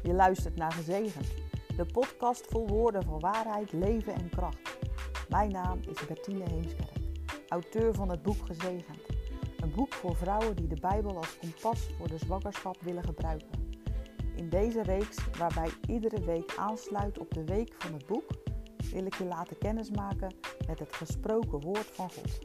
Je luistert naar Gezegend, de podcast vol woorden van waarheid, leven en kracht. Mijn naam is Bertine Heemskerk, auteur van het boek Gezegend. Een boek voor vrouwen die de Bijbel als kompas voor de zwangerschap willen gebruiken. In deze reeks, waarbij iedere week aansluit op de week van het boek, wil ik je laten kennismaken met het gesproken woord van God.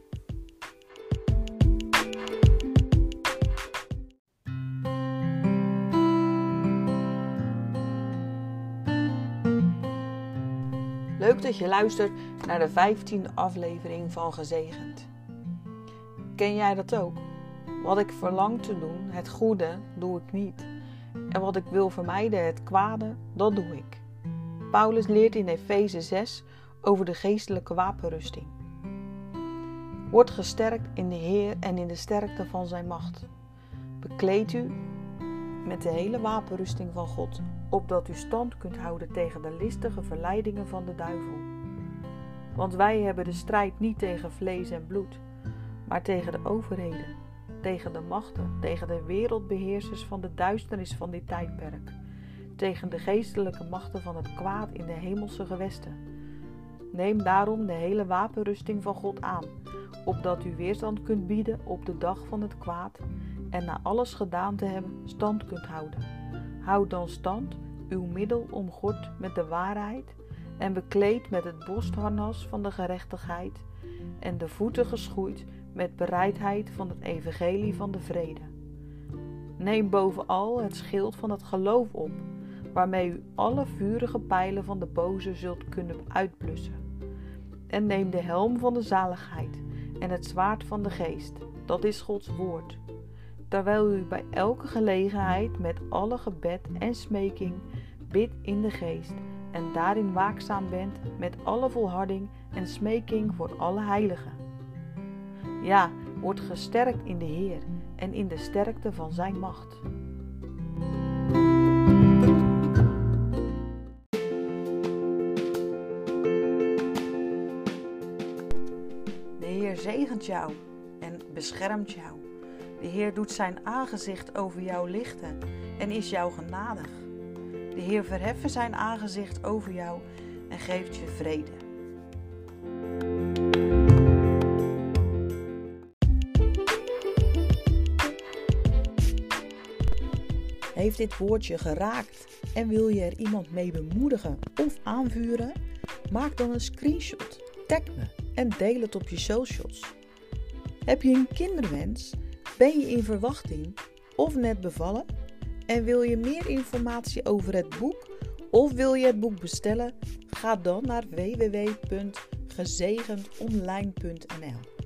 Leuk dat je luistert naar de 15e aflevering van Gezegend. Ken jij dat ook? Wat ik verlang te doen, het goede, doe ik niet. En wat ik wil vermijden, het kwade, dat doe ik. Paulus leert in Efeze 6 over de geestelijke wapenrusting. Word gesterkt in de Heer en in de sterkte van zijn macht. Bekleed u met de hele wapenrusting van God, opdat u stand kunt houden tegen de listige verleidingen van de duivel. Want wij hebben de strijd niet tegen vlees en bloed, maar tegen de overheden, tegen de machten, tegen de wereldbeheersers van de duisternis van dit tijdperk, tegen de geestelijke machten van het kwaad in de hemelse gewesten. Neem daarom de hele wapenrusting van God aan, opdat u weerstand kunt bieden op de dag van het kwaad en na alles gedaan te hebben stand kunt houden. Houd dan stand, uw middel omgord met de waarheid en bekleed met het borstharnas van de gerechtigheid en de voeten geschoeid met bereidheid van het evangelie van de vrede. Neem bovenal het schild van het geloof op, waarmee u alle vurige pijlen van de boze zult kunnen uitblussen. En neem de helm van de zaligheid en het zwaard van de geest, dat is Gods woord. Terwijl u bij elke gelegenheid met alle gebed en smeking bidt in de geest en daarin waakzaam bent met alle volharding en smeking voor alle heiligen. Ja, word gesterkt in de Heer en in de sterkte van zijn macht. De Heer zegent jou en beschermt jou. De Heer doet zijn aangezicht over jou lichten en is jou genadig. De Heer verheffen zijn aangezicht over jou en geeft je vrede. Heeft dit woord je geraakt en wil je er iemand mee bemoedigen of aanvuren? Maak dan een screenshot, tag me en deel het op je socials. Heb je een kinderwens? Ben je in verwachting of net bevallen? En wil je meer informatie over het boek of wil je het boek bestellen? Ga dan naar www.gezegendonline.nl.